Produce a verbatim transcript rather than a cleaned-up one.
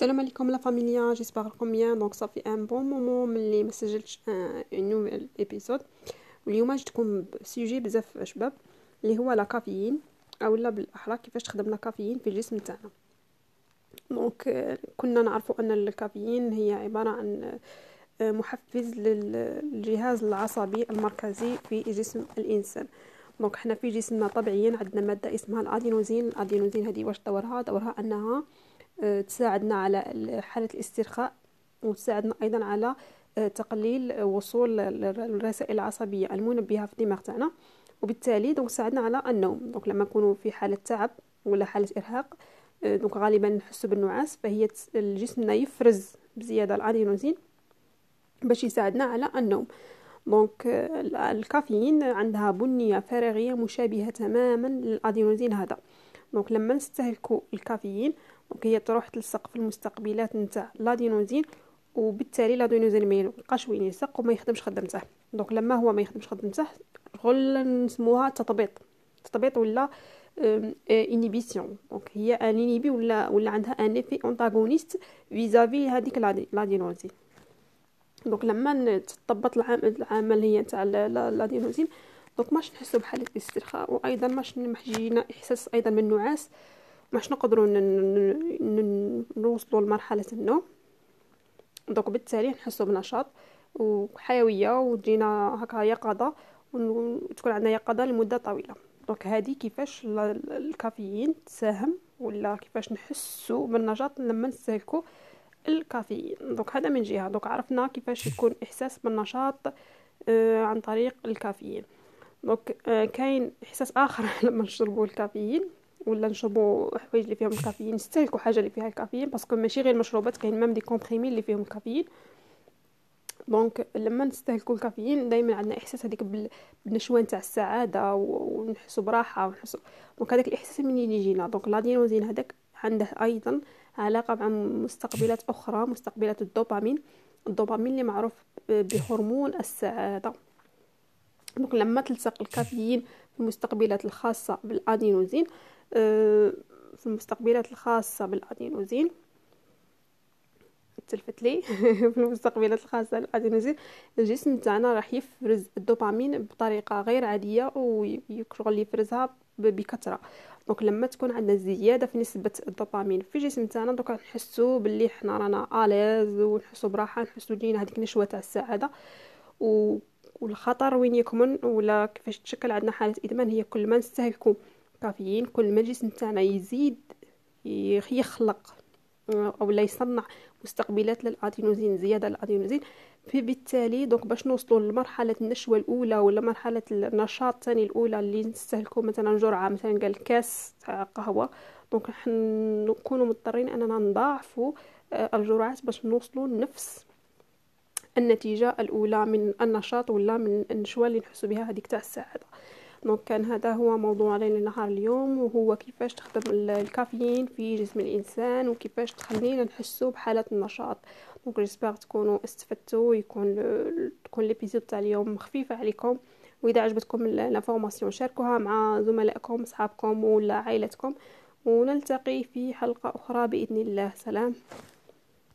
السلام عليكم لا فاميليا، جيسبر راكم بيان. دونك صافي ان بون مومون ملي ما سجلتش ان نوفيل ايبيزود، واليوم جيتكم بسوجي بزاف شباب اللي هو لا كافيين، اولا بالاحرى كيفاش تخدم لا كافيين في الجسم تاعنا. دونك آه، كنا نعرفوا ان الكافيين هي عباره عن آه، محفز للجهاز العصبي المركزي في جسم الانسان. دونك حنا في جسمنا طبيعيا عندنا ماده اسمها الادينوزين. الادينوزين هذه واش دورها دورها انها آه، تساعدنا على حالة الاسترخاء، وتساعدنا أيضا على آه، تقليل وصول الرسائل العصبية المنبهة في الدماغ تاعنا، وبالتالي دونك تساعدنا على النوم. دونك لما نكونوا في حالة تعب ولا حالة إرهاق، آه، دونك غالبا نحس بالنعاس، فهي جسمنا يفرز بزيادة الأدينوزين باش يساعدنا على النوم. دونك آه، الكافيين عندها بنية فراغية مشابهة تماما للأدينوزين هذا. دونك لما نستهلكوا الكافيين، دونك هي تروح تلصق في المستقبلات نتاع لادينوزين، وبالتالي لادينوزين ما يبقاش وين يلصق وما يخدمش خدمته. دونك لما هو ما يخدمش خدمته غل نسموها تطبيط تطبيط ولا انيبيسيون. دونك هي انيبي ولا ولا عندها ان ايفي انتاغونيست فيزافي هذيك لادينوزين. دونك لما تطبط العمل هي نتاع لادينوزين، دونك ماش نحسوا بحاله الاسترخاء، وايضا ماش محجينا احساس ايضا بالنعاس، ماش نقدروا نوصلوا لمرحله النوم. دونك بالتالي نحسوا بنشاط وحيويه، وتجينا هكا يقظه، وتكون عندنا يقظه لمده طويله. دونك هذه كيفاش الكافيين تساهم، ولا كيفاش نحسوا بالنشاط لما نستهلكوا الكافيين. دونك هذا من جهه. دونك عرفنا كيفاش يكون احساس بالنشاط آه عن طريق الكافيين. دونك آه كاين احساس اخر لما نشربوا الكافيين ولا نشربوا حوايج اللي فيهم الكافيين، نستهلكوا حاجه اللي فيها الكافيين، باسكو ماشي غير المشروبات، كاين ميم دي كومبريمي اللي فيهم الكافيين. دونك لما نستهلكوا الكافيين دائما عندنا احساس هذيك بالنشوه نتاع السعاده، ونحسوا براحه ونحسوا. دونك هذاك الاحساس منين يجينا؟ دونك لادينوزين هذاك عنده ايضا علاقه مع مستقبلات اخرى، مستقبلات الدوبامين. الدوبامين اللي معروف بهرمون السعاده. دونك لما تلصق الكافيين في المستقبلات الخاصه بالادينوزين، في المستقبلات الخاصه بالادينوزين تلفت لي في المستقبلات الخاصه بالادينوزين، الجسم تاعنا راح يفرز الدوبامين بطريقه غير عاديه، ويشغل يفرزها بكثره. دونك لما تكون عندنا زياده في نسبه الدوبامين في الجسم تاعنا، دونك نحسوا باللي حنا رانا اليز، ونحسوا براحه، نحسوا جينا هذيك نشوه تاع السعاده. و والخطر وين يكمن ولا كيفاش تشكل عندنا حاله ادمان، هي كل ما نستهلكوا كافيين كل ما الجسم تاعنا يزيد يخلق او لا يصنع مستقبلات للادينوزين، زياده للادينوزين. فبالتالي دونك باش نوصلوا لمرحله النشوه الاولى ولا مرحله النشاط الثاني الاولى اللي نستهلكوا مثلا جرعه، مثلا قال كاس تاع قهوه، دونك نكونوا مضطرين اننا نضاعفوا الجرعات باش نوصلوا لنفس النتيجه الاولى من النشاط ولا من النشوه اللي نحسوا بها هذيك تاع السعاده. دونك كان هذا هو موضوعنا لنهار اليوم، وهو كيفاش تخدم الكافيين في جسم الانسان، وكيفاش تخلينا نحسوا بحاله النشاط. دونك جيسبر تكونوا استفدتوا، يكون تكون ليبيزود تاع اليوم خفيفه عليكم. واذا عجبتكم الانفورماسيون شاركوها مع زملائكم، اصحابكم ولا عائلتكم، ونلتقي في حلقه اخرى باذن الله. سلام.